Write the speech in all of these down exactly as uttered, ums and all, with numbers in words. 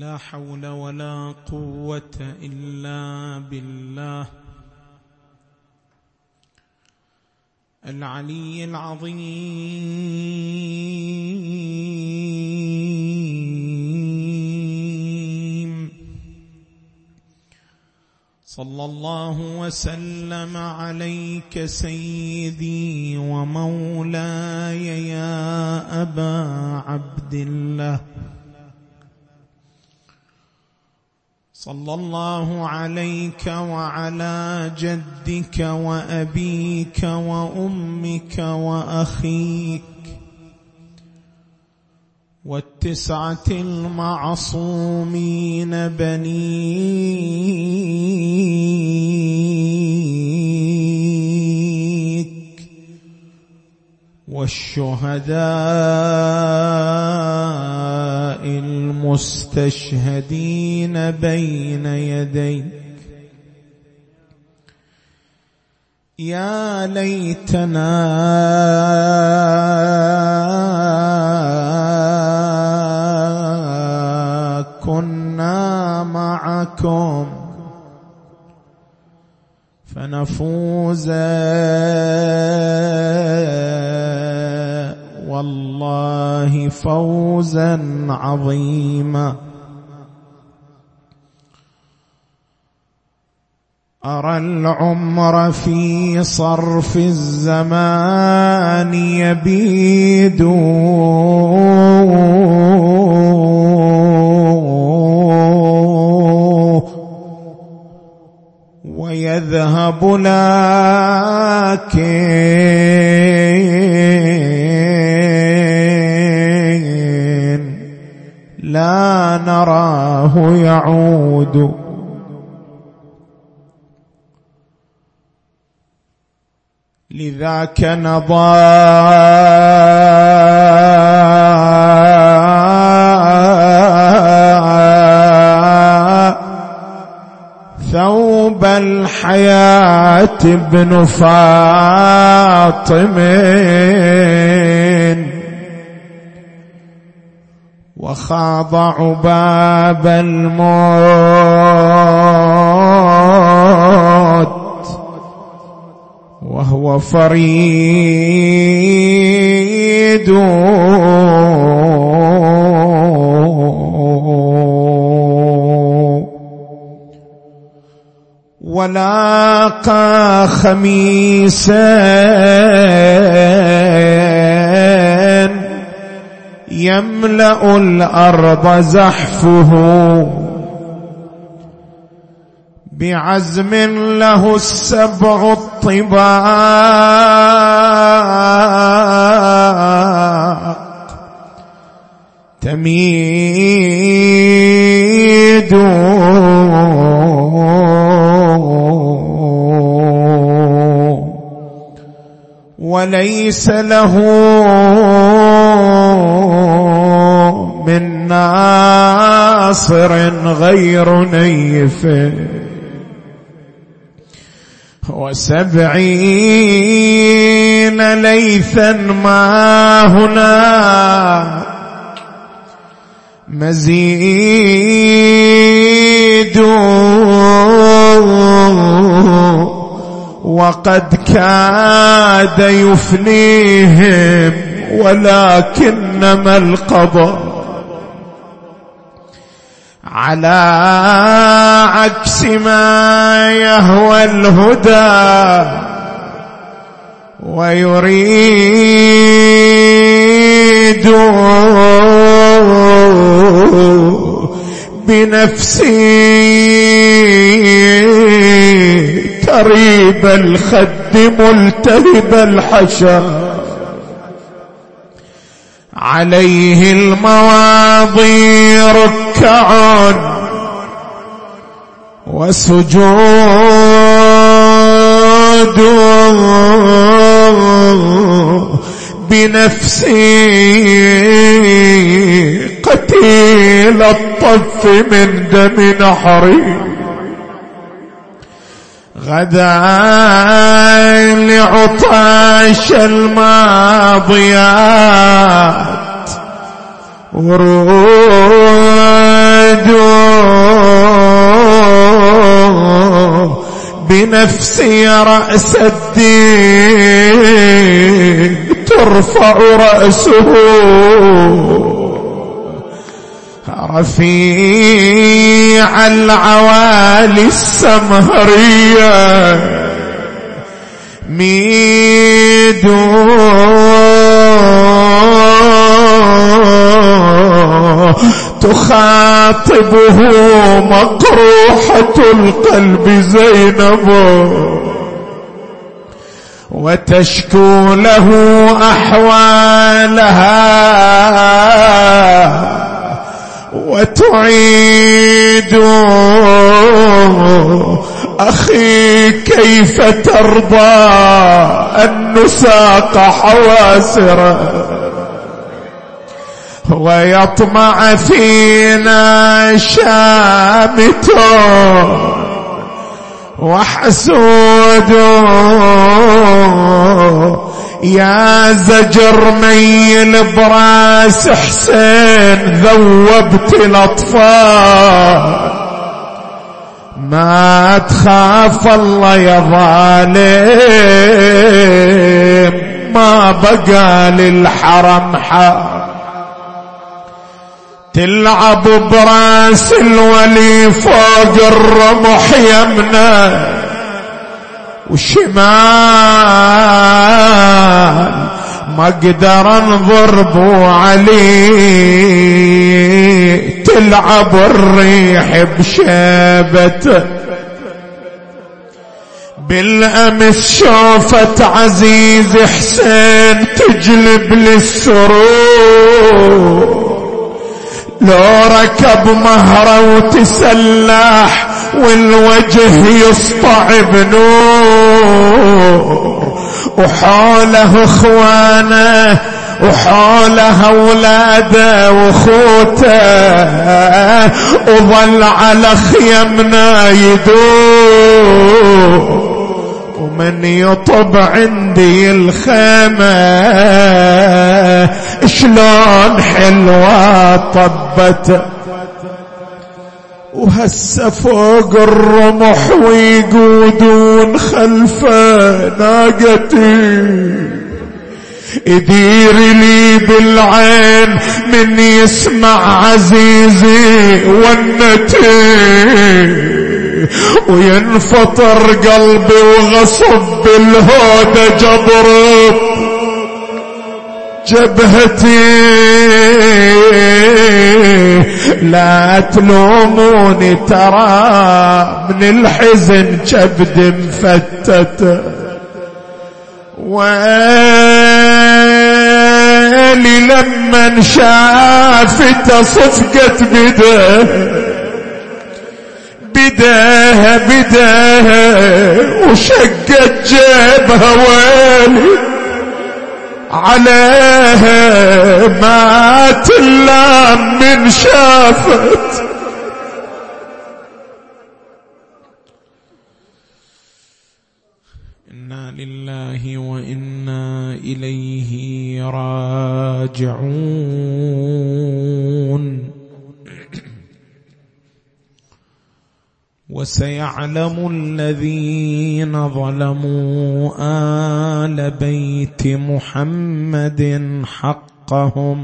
لا حول ولا قوة إلا بالله العلي العظيم. صلى الله وسلم عليك سيدي ومولاي يا أبا عبد الله. صلى الله عليك وعلى جدك وأبيك وأمك وأخيك والتسعة المعصومين بنيك والشهداء المستشهدين بين يديك. يا ليتنا كنا معكم فنفوز والله فوزا عظيما. أرى العمر في صرف الزمان يبيد ويذهب لكن لا نراه يعود. لذاك نضى ثوب الحياة ابن فاطم وخاض عباب الموت وهو فريد ولاقى خميسا يملأ الأرض زحفه بعزم له السبع الطباق تميد وليس له من ناصر غير نيف وسبعين ليثا ما هنا مزيد وقد كاد يفنيهم ولكنما القضاء على عكس ما يهوى الهدى ويريد بنفسي تريب الخد ملتهب الحشا عليه المواضي ركع وسجود بنفسي قتيل الطف من دم نحري غدا لعطاش الماضيات ورود بنفسي رأس الدين ترفع رأسه رفيع العوالي السمهرية ميدو تخاطبه مقروحة القلب زينب وتشكو له أحوالها وتعيد أخي كيف ترضى أن نساق حواسره ويطمع فينا شامت وحسود يا زجر ميل براس حسين ذوبت الأطفال ما تخاف الله يا ظالم ما بقى للحرم حال تلعب براس الولي فوق الرمح يمنى وشمال ما اقدر انضرب عليه تلعب الريح بشيبته بالامس شوفت عزيز حسين تجلب للسرور لو ركب مهره وتسلح والوجه يسطع بنور وحوله اخوانه وحوله اولاده واخوته وظل على خيمنا يدور ومن يطب عندي الخيمة شلون حلوة طبته وهسه فوق الرمح ويقودون خلفه ناقتي يدير لي بالعين من يسمع عزيزي ونتي وينفطر قلبي وغصب بالهودة جبرب جبهتي لا تلوموني ترى من الحزن كبد مفتت ويلي لمن شافت صفقة بده بداها بداها وشقت جيبها ويلي عليها ما تلام من شافت إنا لله وإنا إليه راجعون وسيعلم الذين ظلموا آل بيت محمد حقهم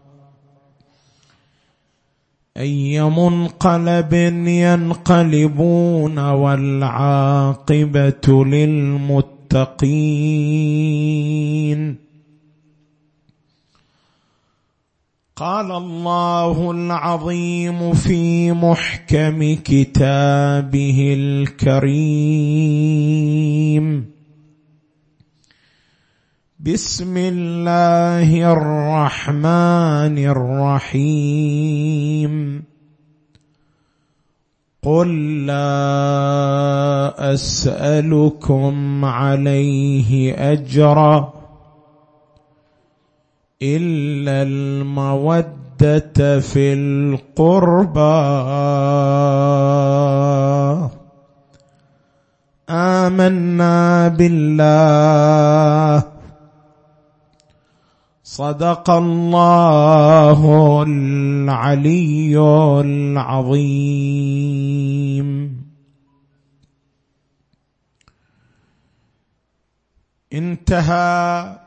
أي منقلب ينقلبون والعاقبة للمتقين. قال الله العظيم في محكم كتابه الكريم: بسم الله الرحمن الرحيم. قل لا أسألكم عليه أجرا إلا المودة في القربى. آمنا بالله صدق الله العلي العظيم. انتهى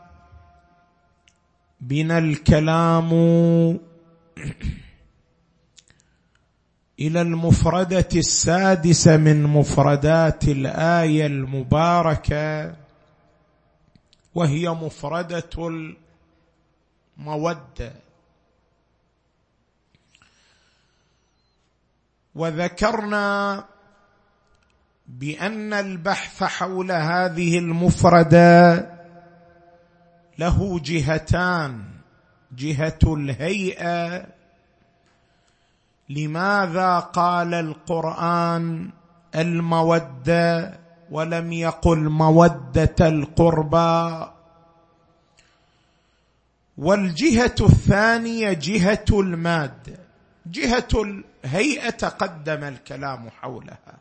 بنا الكلام إلى المفردة السادسة من مفردات الآية المباركة، وهي مفردة المودة. وذكرنا بأن البحث حول هذه المفردة له جهتان: جهة الهيئة، لماذا قال القرآن المودة ولم يقل مودة القربى؟ والجهة الثانية جهة المادة. جهة الهيئة تقدم الكلام حولها،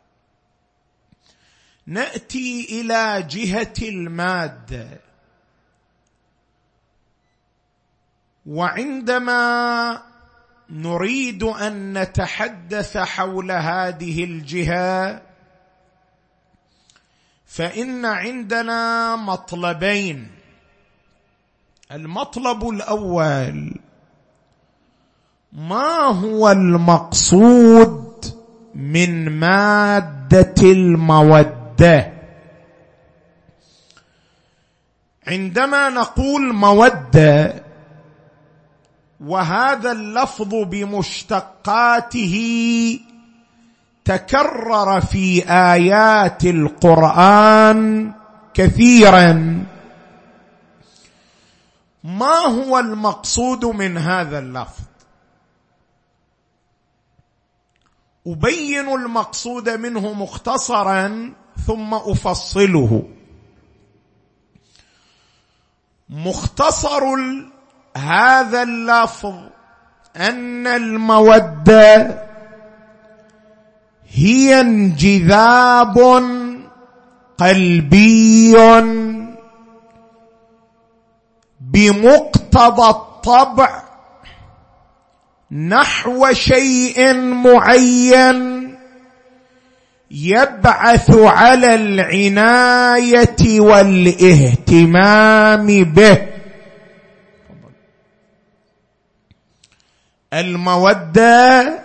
نأتي إلى جهة المادة. وعندما نريد أن نتحدث حول هذه الجهة فإن عندنا مطلبين. المطلب الأول: ما هو المقصود من مادة المودة؟ عندما نقول مودة وهذا اللفظ بمشتقاته تكرر في آيات القرآن كثيرا، ما هو المقصود من هذا اللفظ؟ أبين المقصود منه مختصرا ثم أفصله. مختصر هذا اللفظ أن المودة هي انجذاب قلبي بمقتضى الطبع نحو شيء معين يبعث على العناية والاهتمام به. المودة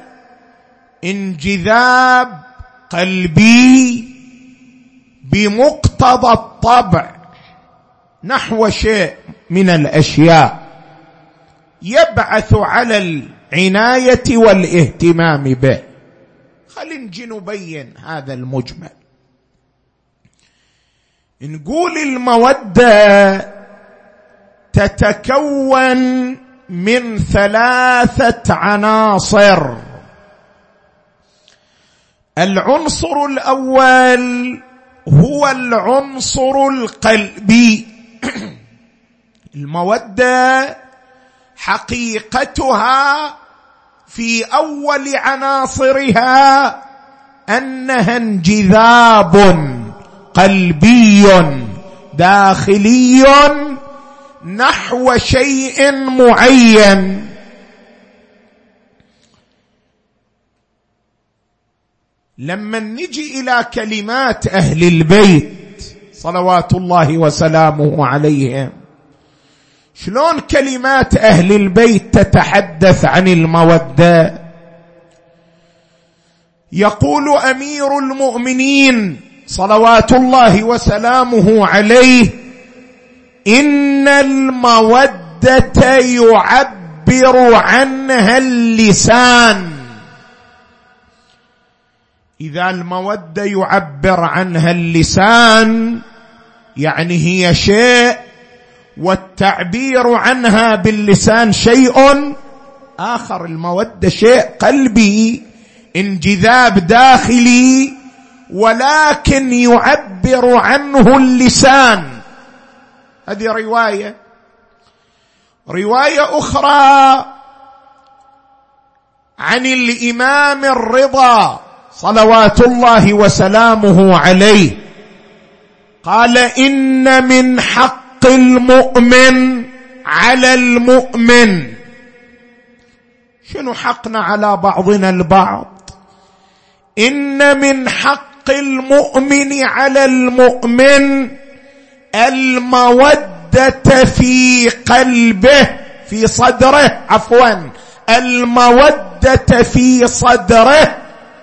انجذاب قلبي بمقتضى الطبع نحو شيء من الأشياء يبعث على العناية والاهتمام به. خلينا نجي نبين هذا المجمل. نقول المودة تتكون من ثلاثة عناصر. العنصر الأول هو العنصر القلبي. المودة حقيقتها في أول عناصرها أنها انجذاب قلبي داخلي نحو شيء معين. لما نجي إلى كلمات أهل البيت صلوات الله وسلامه عليهم، شلون كلمات أهل البيت تتحدث عن المودة؟ يقول أمير المؤمنين صلوات الله وسلامه عليه: إن المودة يعبر عنها اللسان. إذا المودة يعبر عنها اللسان يعني هي شيء، والتعبير عنها باللسان شيء آخر. المودة شيء قلبي انجذاب داخلي، ولكن يعبر عنه اللسان. هذه رواية. رواية أخرى عن الإمام الرضا صلوات الله وسلامه عليه قال: إن من حق المؤمن على المؤمن. شنو حقنا على بعضنا البعض؟ إن من حق المؤمن على المؤمن المودة في قلبه، في صدره، عفوا، المودة في صدره،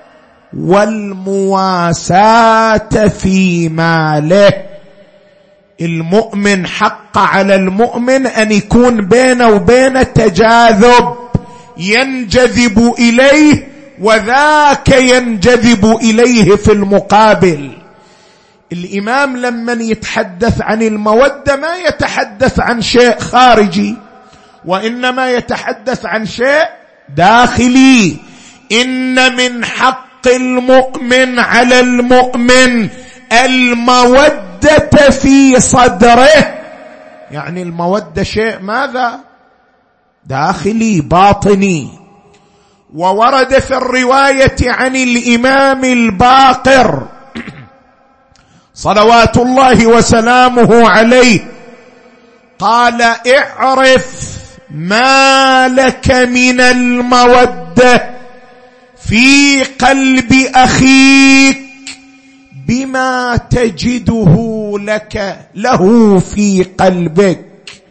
والمواساة في ماله. المؤمن حق على المؤمن أن يكون بينه وبينه تجاذب، ينجذب إليه وذاك ينجذب إليه في المقابل. الإمام لما يتحدث عن المودة ما يتحدث عن شيء خارجي، وإنما يتحدث عن شيء داخلي. إن من حق المؤمن على المؤمن المودة في صدره، يعني المودة شيء ماذا؟ داخلي باطني. وورد في الرواية عن الإمام الباقر صلوات الله وسلامه عليه قال: اعرف ما لك من المودة في قلب أخيك بما تجده لك له في قلبك.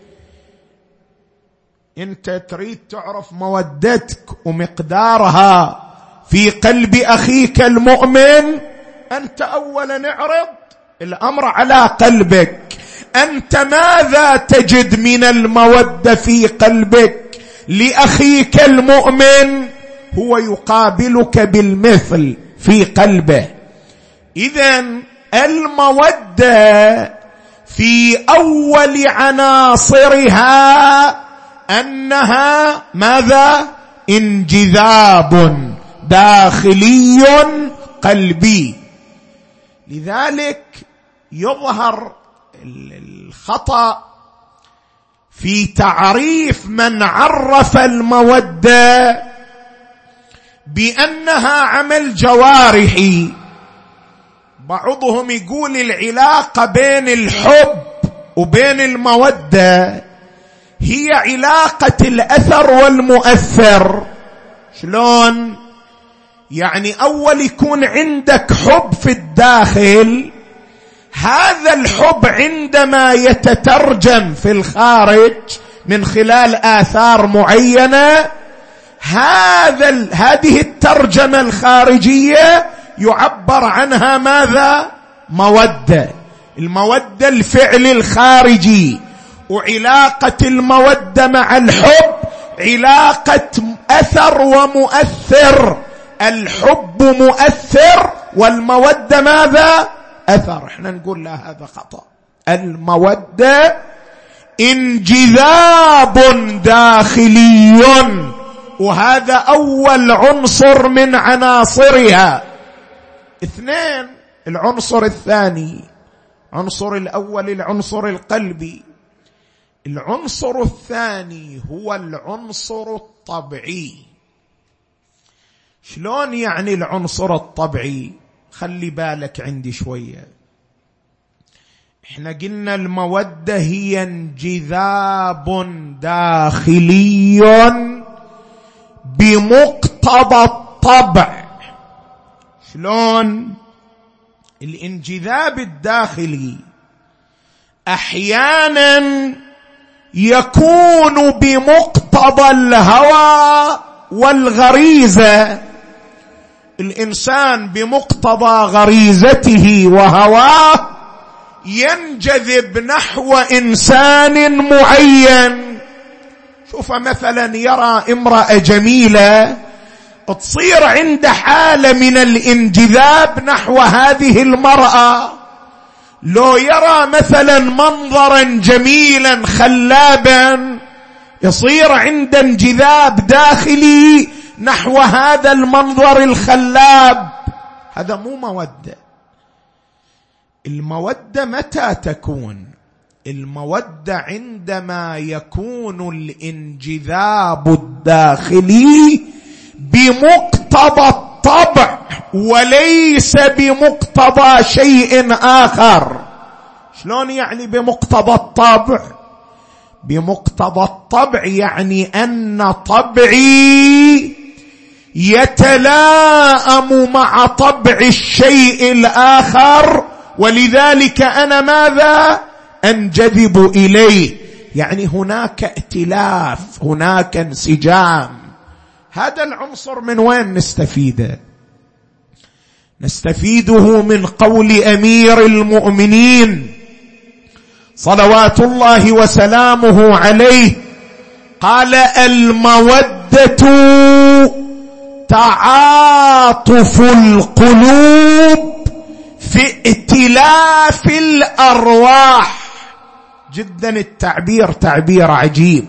انت تريد تعرف مودتك ومقدارها في قلب أخيك المؤمن، أنت أولا اعرض الأمر على قلبك. أنت ماذا تجد من المودة في قلبك لأخيك المؤمن؟ هو يقابلك بالمثل في قلبه. إذن المودة في أول عناصرها أنها ماذا؟ انجذاب داخلي قلبي. لذلك يظهر الخطأ في تعريف من عرف المودة بأنها عمل جوارحي. بعضهم يقول العلاقة بين الحب وبين المودة هي علاقة الأثر والمؤثر. شلون؟ يعني أول يكون عندك حب في الداخل، هذا الحب عندما يتترجم في الخارج من خلال آثار معينة، هذا هذه الترجمة الخارجية يعبر عنها ماذا؟ مودة. المودة الفعل الخارجي. وعلاقة المودة مع الحب علاقة أثر ومؤثر. الحب مؤثر والمودة ماذا؟ أثر. احنا نقول لا، هذا خطأ. المودة انجذاب داخلي، وهذا أول عنصر من عناصرها. اثنين، العنصر الثاني. عنصر الأول العنصر القلبي، العنصر الثاني هو العنصر الطبيعي. شلون يعني العنصر الطبيعي؟ خلي بالك عندي شوية. احنا قلنا المودة هي انجذاب داخلي بمقتضى الطبع. شلون؟ الانجذاب الداخلي احيانا يكون بمقتضى الهوى والغريزة. الإنسان بمقتضى غريزته وهواه ينجذب نحو إنسان معين. شوف مثلا يرى امرأة جميلة، تصير عنده حالة من الانجذاب نحو هذه المرأة. لو يرى مثلا منظرا جميلا خلابا، يصير عنده انجذاب داخلي نحو هذا المنظر الخلاب. هذا مو مودة. المودة متى تكون؟ المودة عندما يكون الانجذاب الداخلي بمقتضى الطبع وليس بمقتضى شيء آخر. شلون يعني بمقتضى الطبع؟ بمقتضى الطبع يعني أن طبعي يتلائم مع طبع الشيء الآخر، ولذلك أنا ماذا؟ أنجذب إليه. يعني هناك ائتلاف، هناك انسجام. هذا العنصر من وين نستفيده؟ نستفيده من قول أمير المؤمنين صلوات الله وسلامه عليه، قال: المودة تعاطف القلوب في ائتلاف الأرواح. جدا التعبير تعبير عجيب.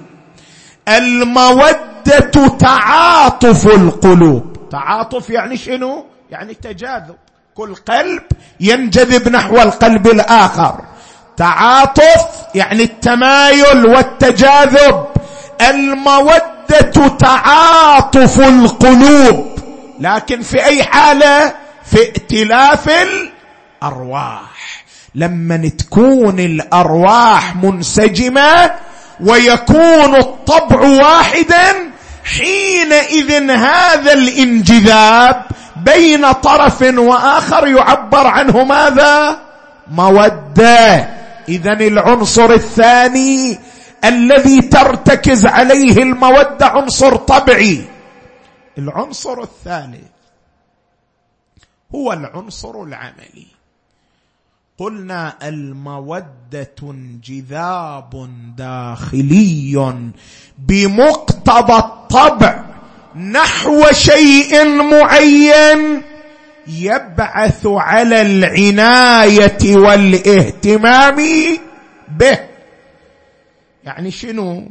المودة تعاطف القلوب. تعاطف يعني شنو؟ يعني تجاذب، كل قلب ينجذب نحو القلب الآخر. تعاطف يعني التمايل والتجاذب. المودة تعاطف القلوب، لكن في أي حالة؟ في ائتلاف الأرواح. لما تكون الأرواح منسجمة ويكون الطبع واحدا، حينئذ هذا الانجذاب بين طرف وآخر يعبر عنه ماذا؟ مودة. إذن العنصر الثاني الذي ترتكز عليه المودة عنصر طبعي. العنصر الثالث هو العنصر العملي. قلنا المودة انجذاب داخلي بمقتضى الطبع نحو شيء معين يبعث على العناية والاهتمام به. يعني شنو؟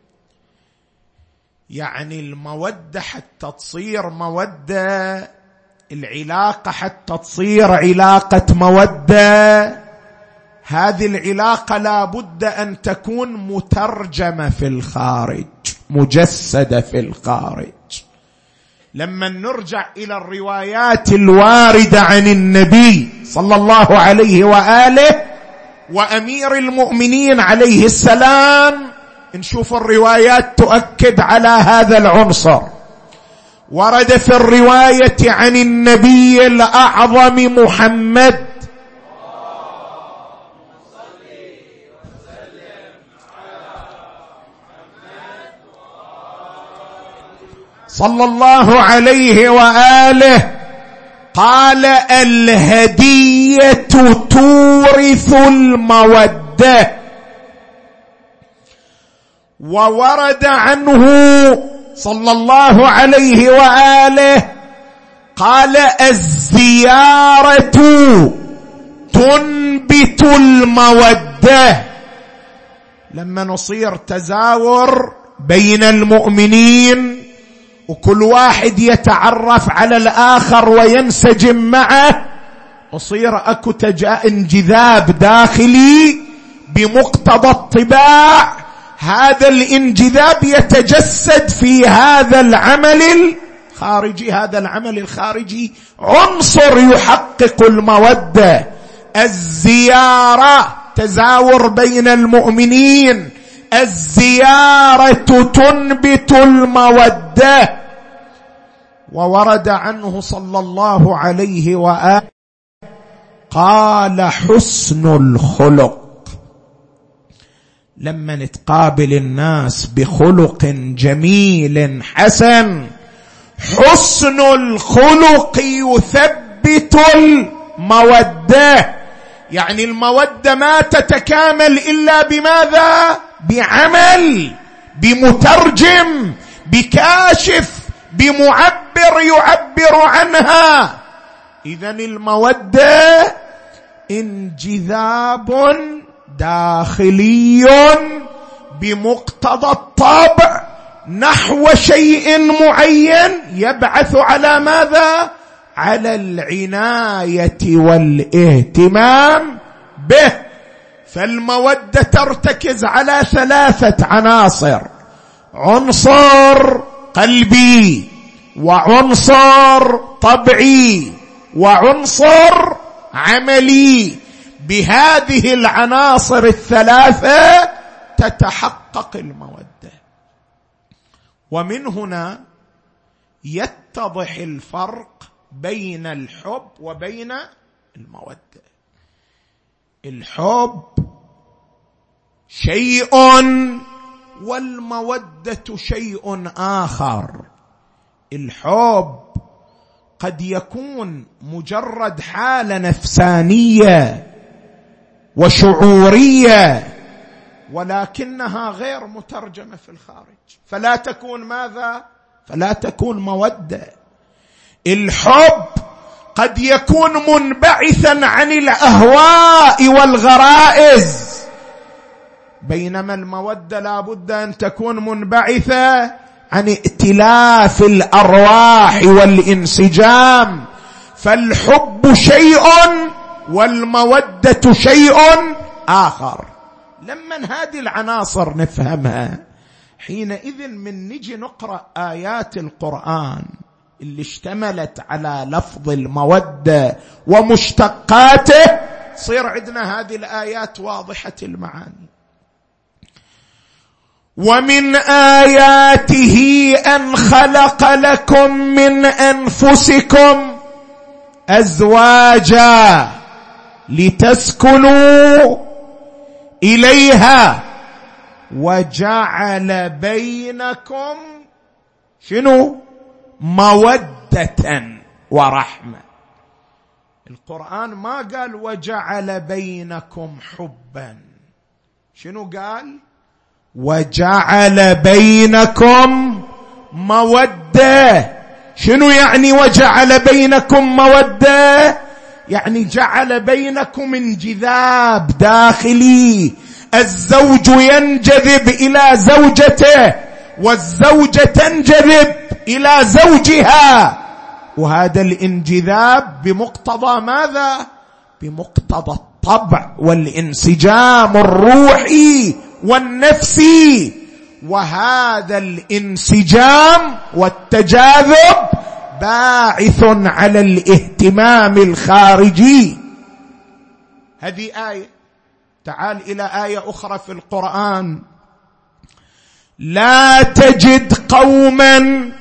يعني المودة حتى تصير مودة، العلاقة حتى تصير علاقة مودة، هذه العلاقة لا بد أن تكون مترجمة في الخارج، مجسدة في الخارج. لما نرجع إلى الروايات الواردة عن النبي صلى الله عليه وآله وأمير المؤمنين عليه السلام، نشوف الروايات تؤكد على هذا العنصر. ورد في الرواية عن النبي الأعظم محمد صلى الله عليه وآله قال: الهدية تورث المودة. وورد عنه صلى الله عليه وآله قال: الزيارة تنبت المودة. لما نصير تزاور بين المؤمنين وكل واحد يتعرف على الآخر وينسجم معه، يصير أكو انجذاب داخلي بمقتضى الطباع. هذا الانجذاب يتجسد في هذا العمل الخارجي. هذا العمل الخارجي عنصر يحقق المودة. الزيارة تزاور بين المؤمنين، الزيارة تنبت المودة. وورد عنه صلى الله عليه وآله قال: حسن الخلق. لما نتقابل الناس بخلق جميل حسن، حسن الخلق يثبت المودة. يعني المودة ما تتكامل إلا بماذا؟ بعمل، بمترجم، بكاشف، بمعبر يعبر عنها. إذن المودة انجذاب داخلي بمقتضى الطبع نحو شيء معين يبعث على ماذا؟ على العناية والاهتمام به. فالمودة ترتكز على ثلاثة عناصر: عنصر قلبي، وعنصر طبعي، وعنصر عملي. بهذه العناصر الثلاثة تتحقق المودة. ومن هنا يتضح الفرق بين الحب وبين المودة. الحب شيء والمودة شيء آخر. الحب قد يكون مجرد حالة نفسانية وشعورية، ولكنها غير مترجمة في الخارج، فلا تكون ماذا؟ فلا تكون مودة. الحب قد يكون منبعثا عن الأهواء والغرائز، بينما المودة لا بد أن تكون منبعثة عن ائتلاف الأرواح والانسجام. فالحب شيء والمودة شيء آخر. لما هذه العناصر نفهمها، حينئذ من نجي نقرأ آيات القرآن اللي اشتملت على لفظ المودة ومشتقاته، صير عندنا هذه الآيات واضحة المعاني. ومن آياته أن خلق لكم من أنفسكم أزواجا لتسكنوا إليها وجعل بينكم شنو؟ مودة ورحمة. القرآن ما قال وجعل بينكم حبا، شنو قال؟ وجعل بينكم مودة. شنو يعني وجعل بينكم مودة؟ يعني جعل بينكم انجذاب داخلي، الزوج ينجذب إلى زوجته والزوجة تنجذب إلى زوجها، وهذا الانجذاب بمقتضى ماذا؟ بمقتضى الطبع والانسجام الروحي والنفسي. وهذا الانسجام والتجاذب باعث على الاهتمام الخارجي. هذه آية. تعال إلى آية أخرى في القرآن: لا تجد قوما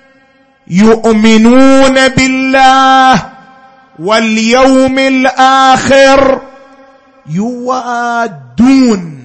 يؤمنون بالله واليوم الآخر يوادون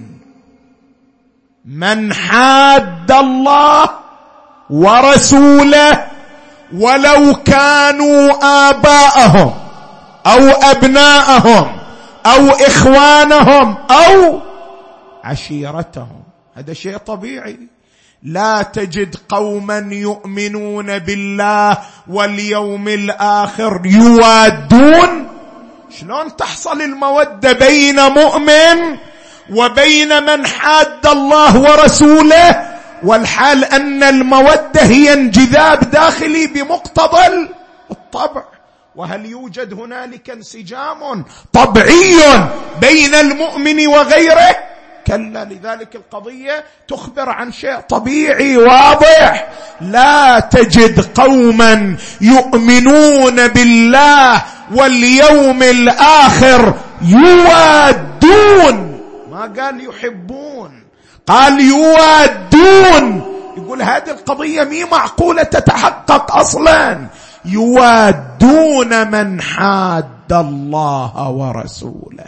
من حاد الله ورسوله ولو كانوا آباءهم أو أبناءهم أو إخوانهم أو عشيرتهم. هذا شيء طبيعي. لا تجد قوما يؤمنون بالله واليوم الآخر يوادون. شلون تحصل المودة بين مؤمن وبين من حاد الله ورسوله، والحال أن المودة هي انجذاب داخلي بمقتضى الطبع؟ وهل يوجد هنالك انسجام طبيعي بين المؤمن وغيره؟ كلا. لذلك القضية تخبر عن شيء طبيعي واضح. لا تجد قوما يؤمنون بالله واليوم الآخر يوادون، ما قال يحبون، قال يوادون. يقول هذه القضية مي معقولة تتحقق أصلا. يوادون من حاد الله ورسوله.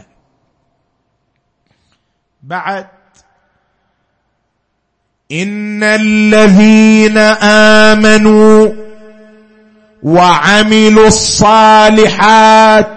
بعد: إن الذين آمنوا وعملوا الصالحات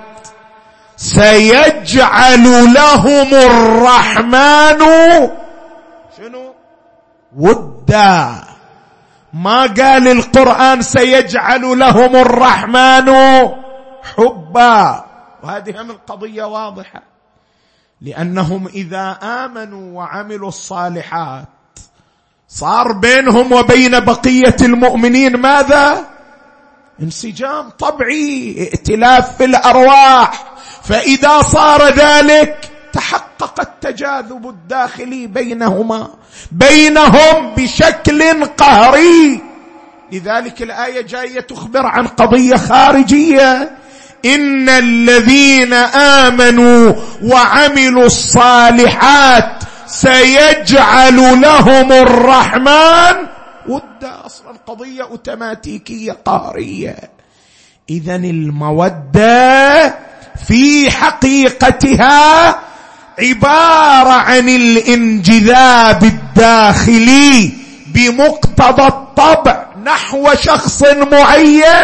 سيجعل لهم الرحمن شنو؟ ودا. ما قال القرآن سيجعل لهم الرحمن حبا. وهذه هم القضية واضحة، لأنهم إذا آمنوا وعملوا الصالحات صار بينهم وبين بقية المؤمنين ماذا؟ انسجام طبيعي، ائتلاف في الأرواح. فإذا صار ذلك تحقق التجاذب الداخلي بينهما بينهم بشكل قهري. لذلك الآية جاية تخبر عن قضية خارجية: إن الذين آمنوا وعملوا الصالحات سيجعل لهم الرحمن ودا. أصلا القضية أوتوماتيكية قهرية. إذن المودة في حقيقتها عبارة عن الانجذاب الداخلي بمقتضى الطبع نحو شخص معين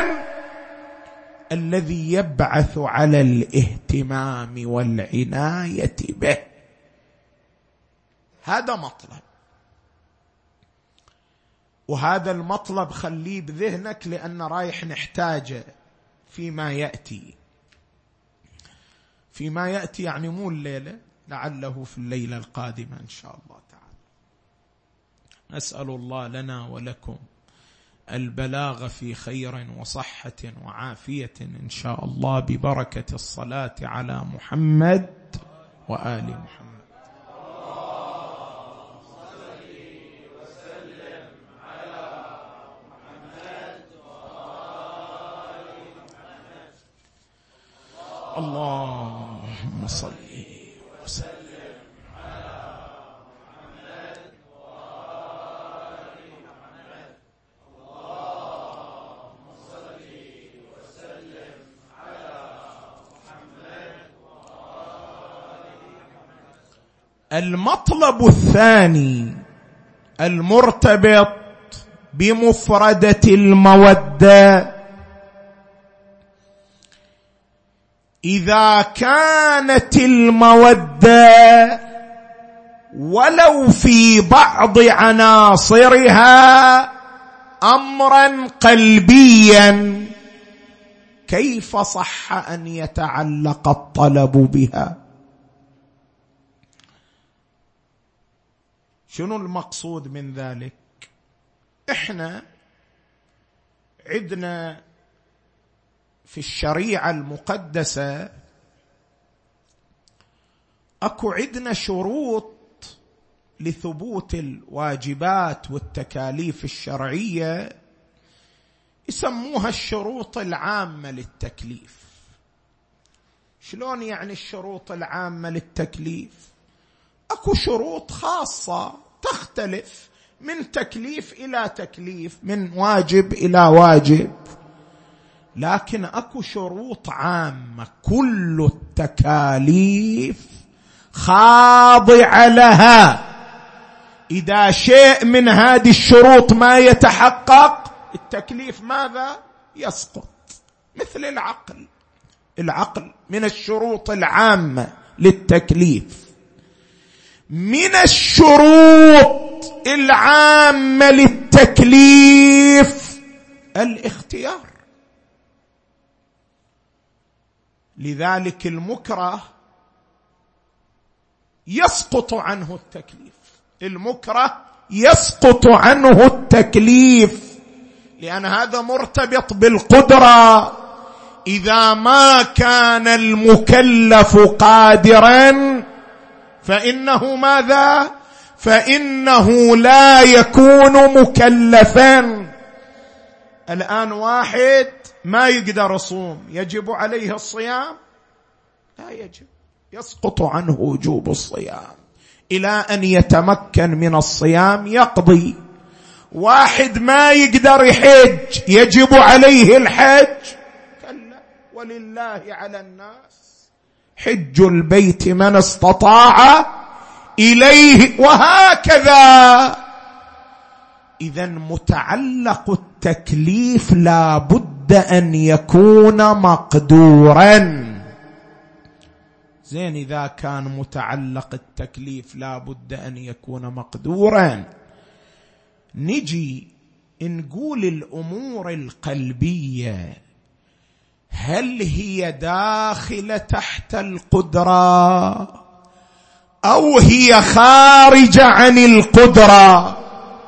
الذي يبعث على الاهتمام والعناية به. هذا مطلب، وهذا المطلب خليه بذهنك لأن رايح نحتاجه فيما يأتي. فيما يأتي يعني مو الليلة، لعله في الليلة القادمة إن شاء الله تعالى. أسأل الله لنا ولكم البلاغ في خير وصحة وعافية إن شاء الله ببركة الصلاة على محمد وآل محمد. اللهم صل وسلم على محمد وآل محمد. اللهم صل وسلم على محمد وآل محمد. المطلب الثاني المرتبط بمفردة المودة: إذا كانت المودة ولو في بعض عناصرها أمرا قلبيا، كيف صح أن يتعلق الطلب بها؟ شنو المقصود من ذلك؟ إحنا عندنا في الشريعة المقدسة أكو عندنا شروط لثبوت الواجبات والتكاليف الشرعية يسموها الشروط العامة للتكليف. شلون يعني الشروط العامة للتكليف؟ أكو شروط خاصة تختلف من تكليف إلى تكليف، من واجب إلى واجب، لكن أكو شروط عامة كل التكاليف خاضعة لها. إذا شيء من هذه الشروط ما يتحقق التكليف ماذا؟ يسقط. مثل العقل، العقل من الشروط العامة للتكليف. من الشروط العامة للتكليف الاختيار. لذلك المكره يسقط عنه التكليف، المكره يسقط عنه التكليف، لأن هذا مرتبط بالقدرة. إذا ما كان المكلف قادرا فإنه ماذا؟ فإنه لا يكون مكلفا. الآن واحد ما يقدر يصوم، يجب عليه الصيام؟ لا يجب، يسقط عنه وجوب الصيام إلى أن يتمكن من الصيام يقضي. واحد ما يقدر يحج، يجب عليه الحج؟ كلا، ولله على الناس حج البيت من استطاع إليه، وهكذا. إذن متعلق التكليف لا بد أن يكون مقدورا. زين، إذا كان متعلق التكليف لا بد أن يكون مقدورا، نجي نقول الأمور القلبية هل هي داخلة تحت القدرة أو هي خارجة عن القدرة؟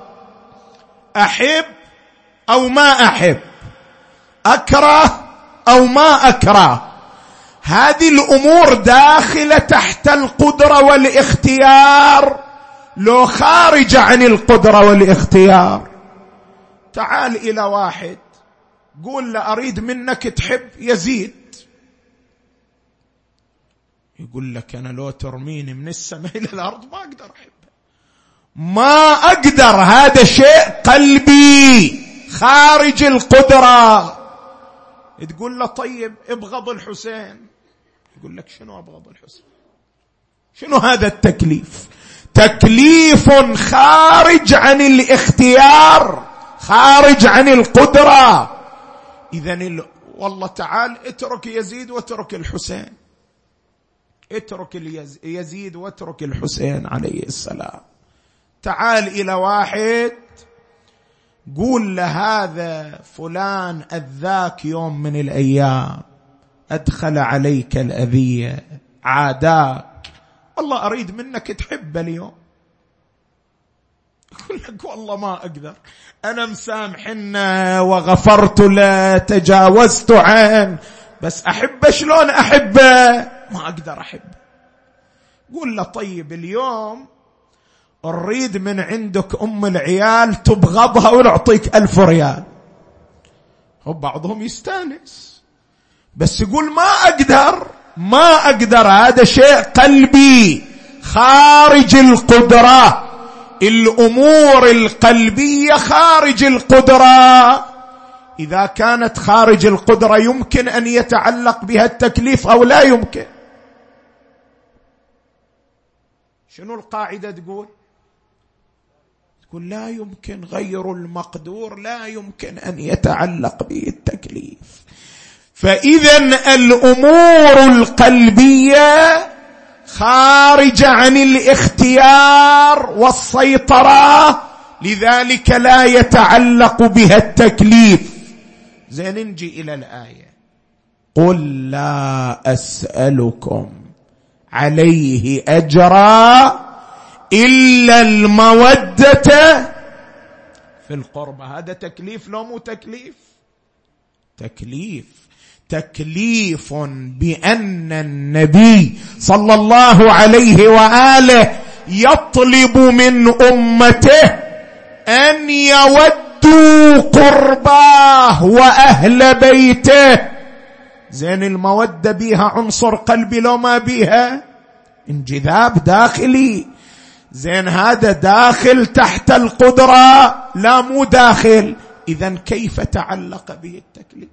أحب أو ما أحب، أكره أو ما أكره، هذه الأمور داخلة تحت القدرة والاختيار لو خارجة عن القدرة والاختيار. تعال إلى واحد قول له أريد منك تحب يزيد، يقول لك أنا لو ترميني من السماء إلى الأرض ما أقدر أحبه، ما أقدر، هذا شيء قلبي خارج القدرة. تقول له طيب ابغض الحسين، يقول لك شنو ابغض الحسين؟ شنو هذا التكليف؟ تكليف خارج عن الاختيار، خارج عن القدرة. إذن ال... والله تعال اترك يزيد واترك الحسين، اترك اليز... يزيد واترك الحسين عليه السلام. تعال إلى واحد قول له هذا فلان أذاك يوم من الأيام، أدخل عليك الأذية، عاداك، والله أريد منك تحب اليوم. يقول لك والله ما أقدر، أنا مسامحنا وغفرت له، تجاوزت عنه، بس أحبه شلون أحبه؟ ما أقدر أحبه. قول له طيب اليوم أريد من عندك أم العيال تبغضها ونعطيك ألف ريال. وبعضهم يستانس، بس يقول ما أقدر، ما أقدر، هذا شيء قلبي خارج القدرة. الأمور القلبية خارج القدرة، إذا كانت خارج القدرة يمكن أن يتعلق بها التكليف أو لا يمكن. شنو القاعدة تقول؟ تقول لا يمكن، غير المقدور لا يمكن أن يتعلق به التكليف. فإذا الأمور القلبية خارجة عن الاختيار والسيطرة، لذلك لا يتعلق بها التكليف. زين نجي إلى الآية، قل لا أسألكم عليه أجرا إلا المودة في القربى. هذا تكليف لو مو تكليف؟ تكليف، تكليف بأن النبي صلى الله عليه وآله يطلب من أمته أن يودوا قرباه وأهل بيته. زين المودة بيها عنصر قلبي لو ما بيها انجذاب داخلي. زين هذا داخل تحت القدرة؟ لا مو داخل. إذن كيف تعلق به التكليف؟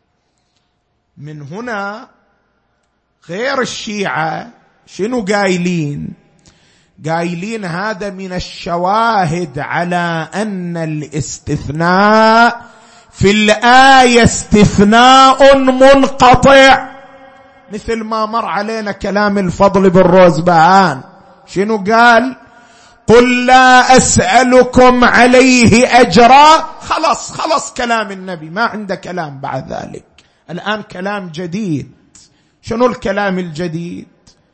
من هنا غير الشيعة شنو قايلين؟ قايلين هذا من الشواهد على أن الاستثناء في الآية استثناء منقطع، مثل ما مر علينا كلام الفضل بن روزبهان. شنو قال؟ قل لا أسألكم عليه أجرا. خلص خلص كلام النبي، ما عنده كلام بعد ذلك. الآن كلام جديد. شنو الكلام الجديد؟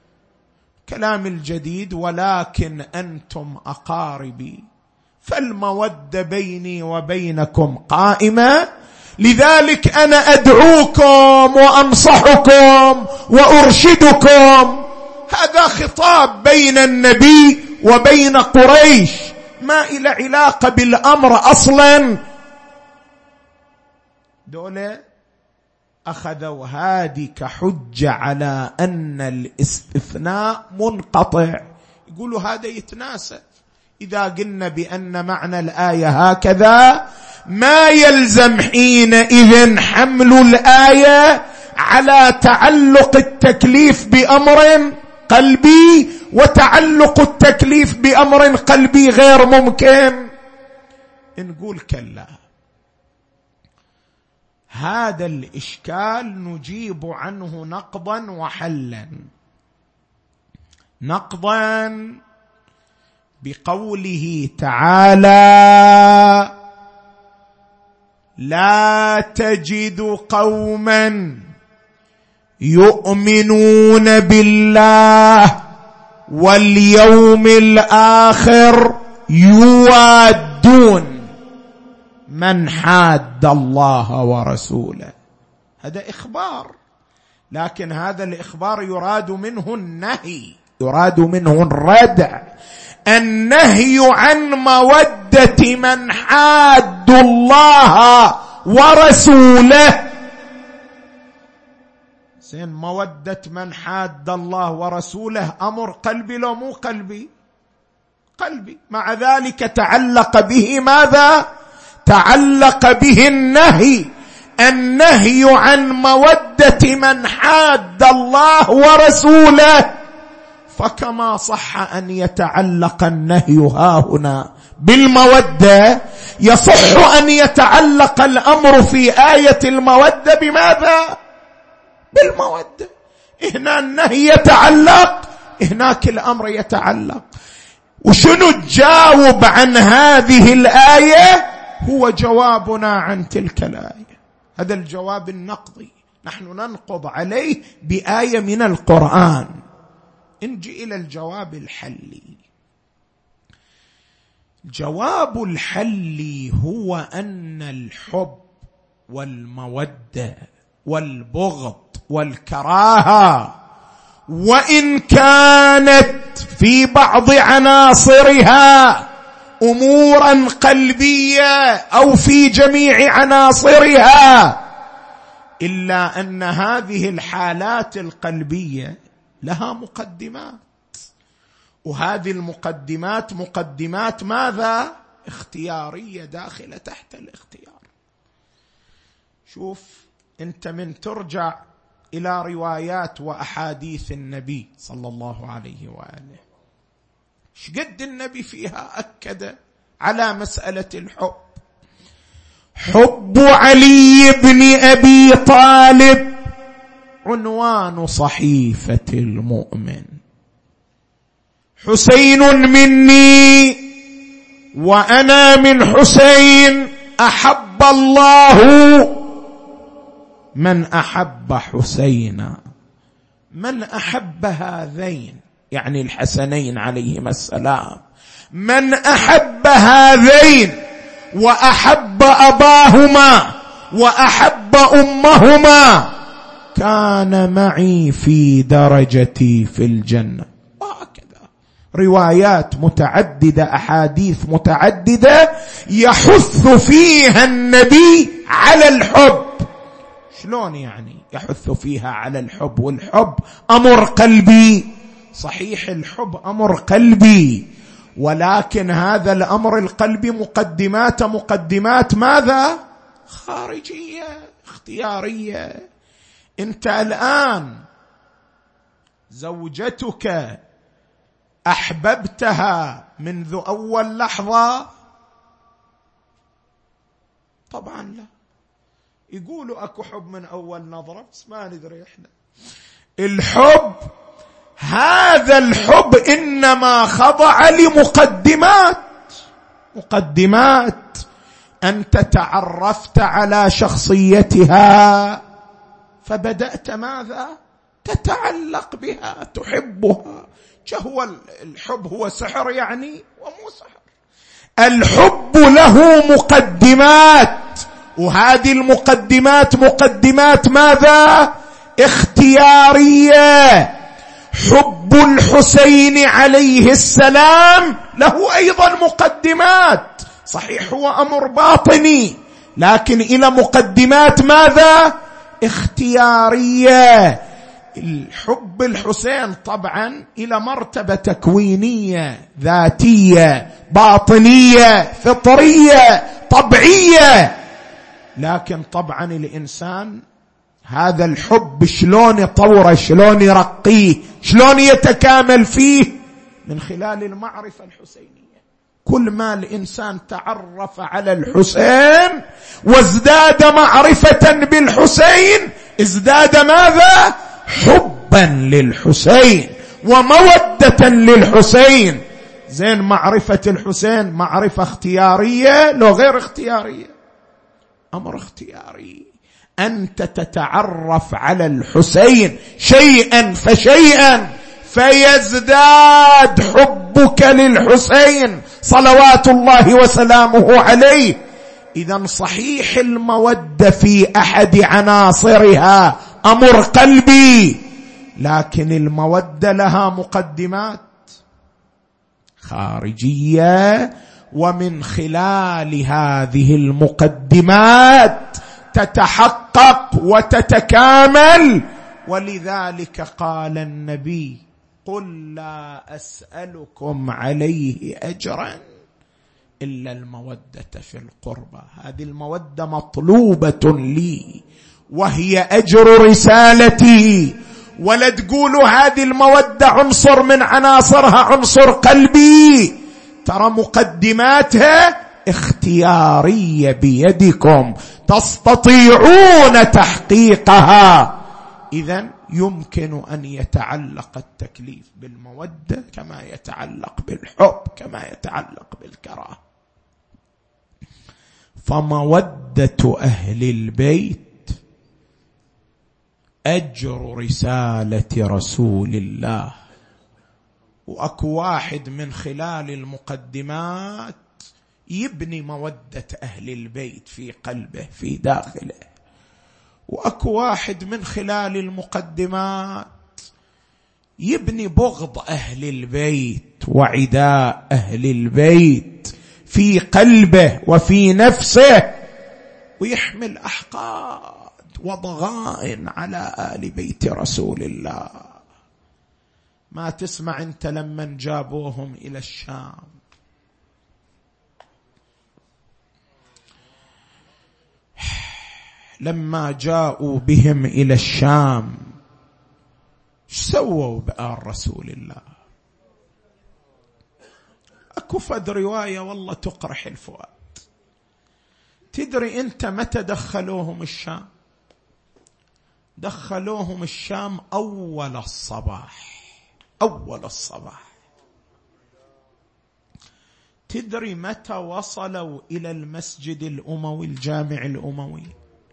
كلام الجديد ولكن أنتم أقاربي فالمودة بيني وبينكم قائمة، لذلك أنا أدعوكم وأنصحكم وأرشدكم. هذا خطاب بين النبي وبين قريش، ما إلى علاقة بالأمر أصلا. دولة أخذوا هذه كحجة على أن الاستثناء منقطع، يقولوا هذا يتناسب. إذا قلنا بأن معنى الآية هكذا ما يلزم حينئذ حمل الآية على تعلق التكليف بأمر قلبي، وتعلق التكليف بأمر قلبي غير ممكن. نقول كلا، هذا الإشكال نجيب عنه نقضا وحلا. نقضا بقوله تعالى لا تجد قوما يؤمنون بالله واليوم الآخر يوادون من حاد الله ورسوله. هذا إخبار، لكن هذا الإخبار يراد منه النهي، يراد منه الردع. النهي عن مودة من حاد الله ورسوله زين مودة من حاد الله ورسوله أمر قلبي لو مو قلبي؟ قلبي. مع ذلك تعلق به ماذا؟ تعلق به النهي، النهي عن مودة من حاد الله ورسوله. فكما صح أن يتعلق النهي هاهنا بالمودة، يصح أن يتعلق الأمر في آية المودة بماذا؟ بالمودة. هنا النهي يتعلق، هناك الأمر يتعلق. وشنو تجاوب عن هذه الآية؟ هو جوابنا عن تلك الآية. هذا الجواب النقضي، نحن ننقض عليه بآية من القرآن. نجي إلى الجواب الحلي. جواب الحلي هو أن الحب والمودة والبغض والكراهة، وإن كانت في بعض عناصرها أمورا قلبية أو في جميع عناصرها، إلا أن هذه الحالات القلبية لها مقدمات، وهذه المقدمات مقدمات ماذا؟ اختيارية، داخلة تحت الاختيار. شوف أنت من ترجع إلى روايات وأحاديث النبي صلى الله عليه وآله، شقد النبي فيها أكد على مسألة الحب. حب علي بن أبي طالب عنوان صحيفة المؤمن. حسين مني وأنا من حسين، أحب الله من أحب حسينا. من أحب هذين يعني الحسنين عليهما السلام، من أحب هذين وأحب أباهما وأحب أمهما كان معي في درجتي في الجنة. وهكذا روايات متعددة، أحاديث متعددة يحث فيها النبي على الحب. شلون يعني يحث فيها على الحب؟ والحب أمر قلبي. صحيح الحب أمر قلبي، ولكن هذا الأمر القلبي مقدمات مقدمات ماذا؟ خارجية اختيارية. أنت الآن زوجتك أحببتها منذ أول لحظة؟ طبعا لا. يقولوا أكو حب من أول نظرة، بس ما ندري إحنا. الحب هذا الحب إنما خضع لمقدمات، مقدمات. أنت تعرفت على شخصيتها فبدأت ماذا؟ تتعلق بها، تحبها. هو الحب هو سحر يعني؟ ومو سحر. الحب له مقدمات، وهذه المقدمات مقدمات ماذا؟ اختيارية. حب الحسين عليه السلام له أيضا مقدمات. صحيح هو أمر باطني، لكن إلى مقدمات ماذا؟ اختيارية. الحب الحسين طبعا إلى مرتبة تكوينية ذاتية باطنية فطرية طبيعية، لكن طبعا الإنسان هذا الحب شلون يطوره، شلون يرقيه، شلون يتكامل فيه؟ من خلال المعرفة الحسينية. كل ما الإنسان تعرف على الحسين وازداد معرفة بالحسين ازداد ماذا؟ حبا للحسين ومودة للحسين. زين معرفة الحسين معرفة اختيارية لو غير اختيارية؟ أمر اختياري. أنت تتعرف على الحسين شيئا فشيئا فيزداد حبك للحسين صلوات الله وسلامه عليه. إذن صحيح المودة في أحد عناصرها أمر قلبي، لكن المودة لها مقدمات خارجية، ومن خلال هذه المقدمات تتحقق وتتكامل ولذلك قال النبي: قل لا أسألكم عليه أجرا إلا المودة في القربى. هذه المودة مطلوبة لي وهي أجر رسالتي، ولا تقولوا هذه المودة عنصر من عناصرها عنصر قلبي. ترى مقدماتها اختيارية بيدكم، تستطيعون تحقيقها. إذن يمكن أن يتعلق التكليف بالمودة كما يتعلق بالحب، كما يتعلق بالكراهة. فمودة أهل البيت أجر رسالة رسول الله. وأكو واحد من خلال المقدمات يبني مودة أهل البيت في قلبه في داخله، وأكو واحد من خلال المقدمات يبني بغض أهل البيت وعداء أهل البيت في قلبه وفي نفسه، ويحمل أحقاد وضغائن على آل بيت رسول الله. ما تسمع أنت لما جابوهم إلى الشام، لما جاءوا بهم إلى الشام ايش سووا بآل رسول الله؟ اكو فد رواية والله تقرح الفؤاد. تدري انت متى دخلوهم الشام؟ دخلوهم الشام اول الصباح، اول الصباح. تدري متى وصلوا الى المسجد الاموي الجامع الاموي؟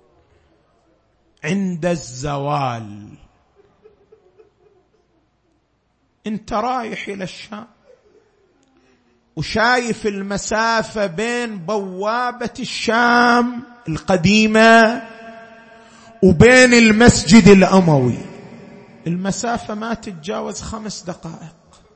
عند الزوال. انت رايح الى الشام وشايف المسافة بين بوابة الشام القديمة وبين المسجد الأموي، المسافة ما تتجاوز خمس دقائق،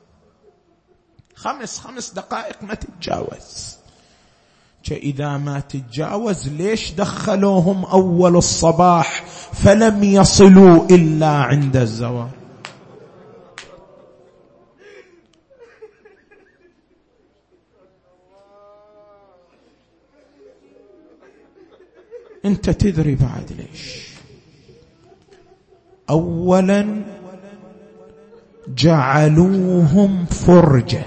خمس خمس دقائق ما تتجاوز. إذا ما تتجاوز ليش دخلوهم أول الصباح فلم يصلوا إلا عند الزوال؟ انت تدري بعد ليش؟ اولا جعلوهم فرجة.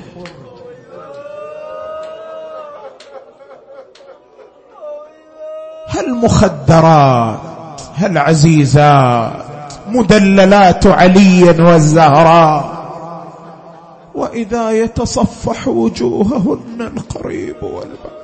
هل مخدرات، هل عزيزات، مدللات علي والزهراء، وإذا يتصفح وجوههن القريب والبعيد.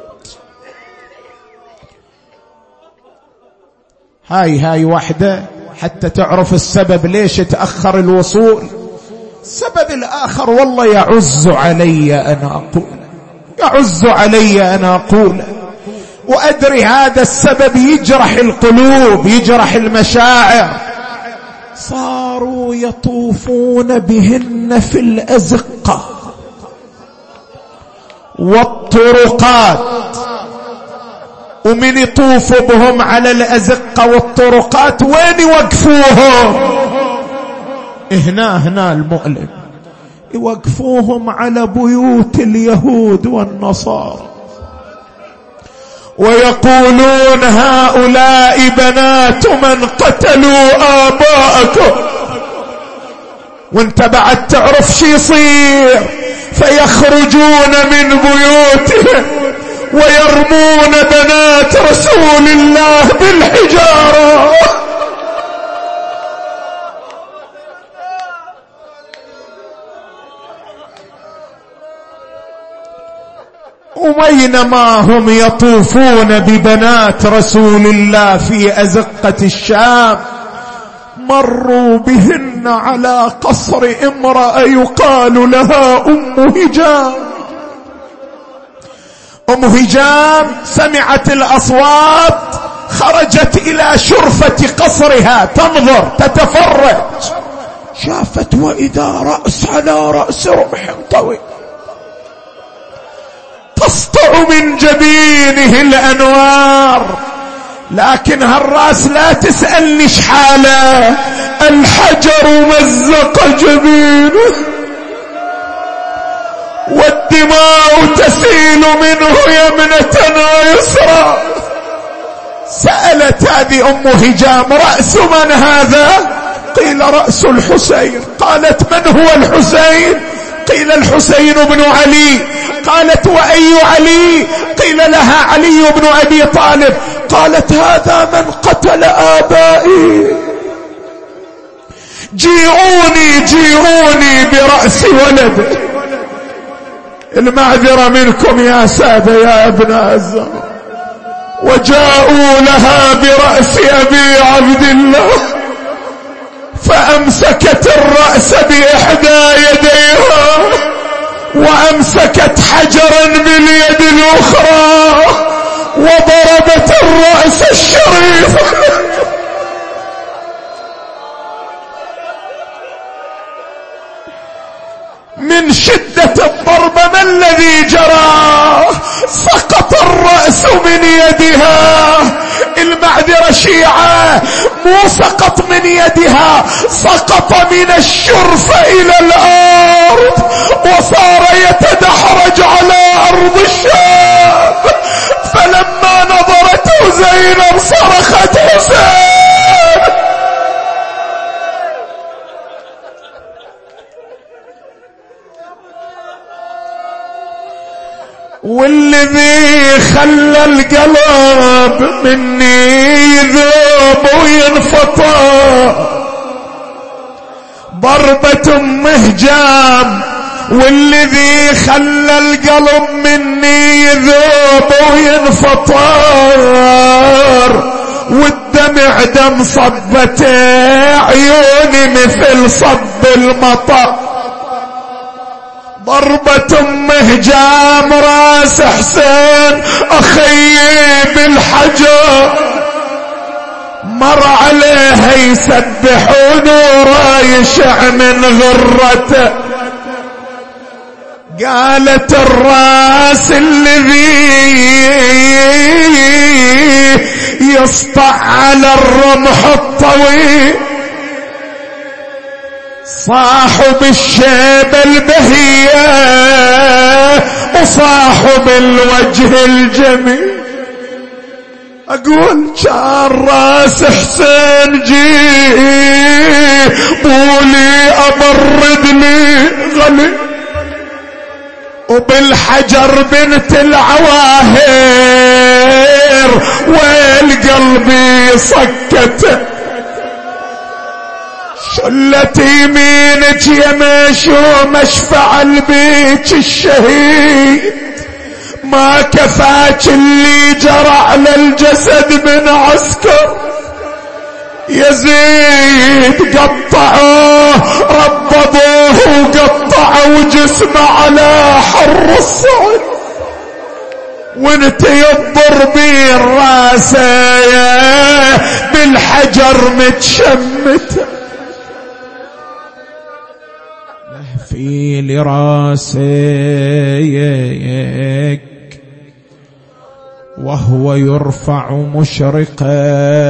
هاي هاي واحدة حتى تعرف السبب ليش تأخر الوصول. السبب الآخر والله يعز علي أن أقول، يعز علي أن أقول، وأدري هذا السبب يجرح القلوب، يجرح المشاعر. صاروا يطوفون بهن في الأزقة والطرقات، ومن يطوفوا بهم على الأزقة والطرقات وين يوقفوهم؟ هنا هنا المؤلم، يوقفوهم على بيوت اليهود والنصارى ويقولون هؤلاء بنات من قتلوا آباءكم. وانت بعد تعرف شي يصير، فيخرجون من بيوتهم ويرمون بنات رسول الله بالحجارة. وبينما هم يطوفون ببنات رسول الله في أزقة الشام مروا بهن على قصر امرأة يقال لها أم هجام. أم هجام سمعت الأصوات، خرجت إلى شرفة قصرها تنظر تتفرج، شافت وإذا رأس على رأس رمح طويل تسطع من جبينه الأنوار. لكن هالراس لا تسألني شحاله، الحجر مزق جبينه والدماء تسيل منه يمنة ويسرى. سألت هذه أم هجام: رأس من هذا؟ قيل: رأس الحسين. قالت: من هو الحسين؟ قيل: الحسين بن علي. قالت: وأي علي؟ قيل لها: علي بن أبي طالب. قالت: هذا من قتل آبائي، جيعوني جيعوني برأس ولد. المعذرة منكم يا سادة يا ابناء الزمان. وجاءوا لها برأس أبي عبد الله فأمسكت الرأس بإحدى يديها وأمسكت حجرا باليد الأخرى وضربت الرأس الشريف. من شدة الضرب ما الذي جرى؟ سقط الرأس من يدها. المعذرة شيعة، مو سقط من يدها، سقط من الشرف إلى الأرض وصار يتدحرج على أرض الشام. فلما نظرته زينب صرخت: حسين! والذي خلى القلب مني يذوب وينفطر ضربة مهجام، والذي خلى القلب مني يذوب وينفطر والدمع دم صبته عيوني مثل صب المطر. ضربة مهجام راس حسين أخي بالحجر، مر عليها يسبحون ورايشع من غرته. قالت: الراس الذي يسطع على الرمح الطويل صاحب الشيب البهية وصاحب الوجه الجميل. أقول: كان راس حسين جيبولي أبرد لي غلي، وبالحجر بنت العواهر والقلبي سكته. شلت يمينك يا مشو مشفع البيت الشهيد، ما كفاك اللي جرى على الجسد من عسكر. يزيد قطعوه ربضوه وقطعوا جسمه على حر الصعد، وانت يضر بي الراسه بالحجر متشمته. في لراسك وهو يرفع مشرقا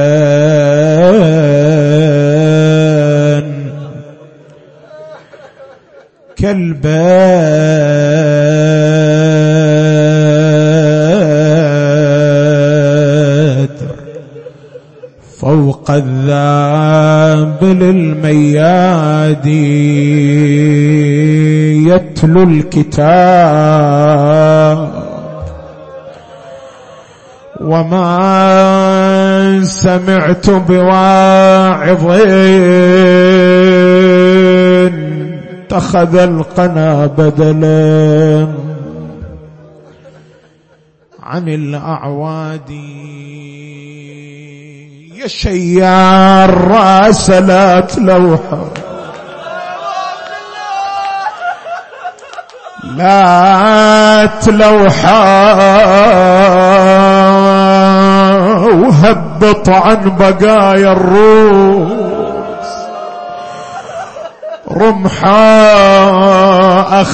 كالبدر فوق الذابل الميادي يتلو الكتاب. وما سمعت بواعظ اتخذ القنا بدلا عن الأعواد. يا شيار راسلات لوحة لا تلوحا وهبط عن بقايا الروس رمحا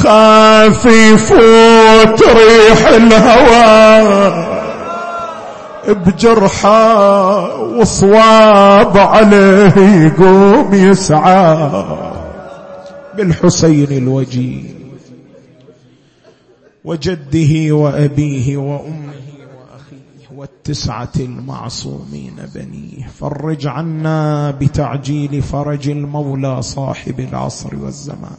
أخاف يفوت ريح الهوى بجرحه وصواب عليه يقوم يسعى بالحسين الوجيه وجده وأبيه وأمه وأخيه والتسعة المعصومين بنيه. فرج عنا بتعجيل فرج المولى صاحب العصر والزمان.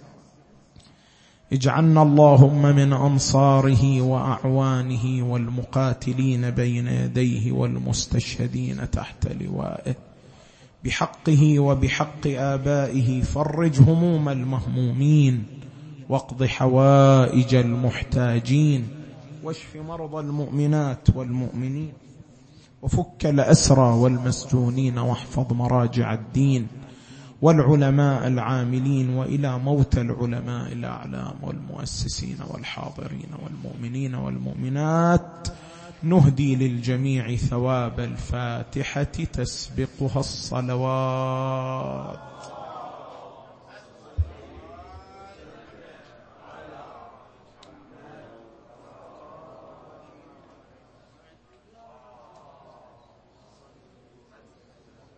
اجعلنا اللهم من أنصاره وأعوانه والمقاتلين بين يديه والمستشهدين تحت لوائه بحقه وبحق آبائه. فرج هموم المهمومين واقض حوائج المحتاجين واشف مرضى المؤمنات والمؤمنين وفك الأسرى والمسجونين واحفظ مراجع الدين والعلماء العاملين وإلى موتى العلماء الأعلام والمؤسسين والحاضرين والمؤمنين والمؤمنات. نهدي للجميع ثواب الفاتحة تسبقها الصلوات.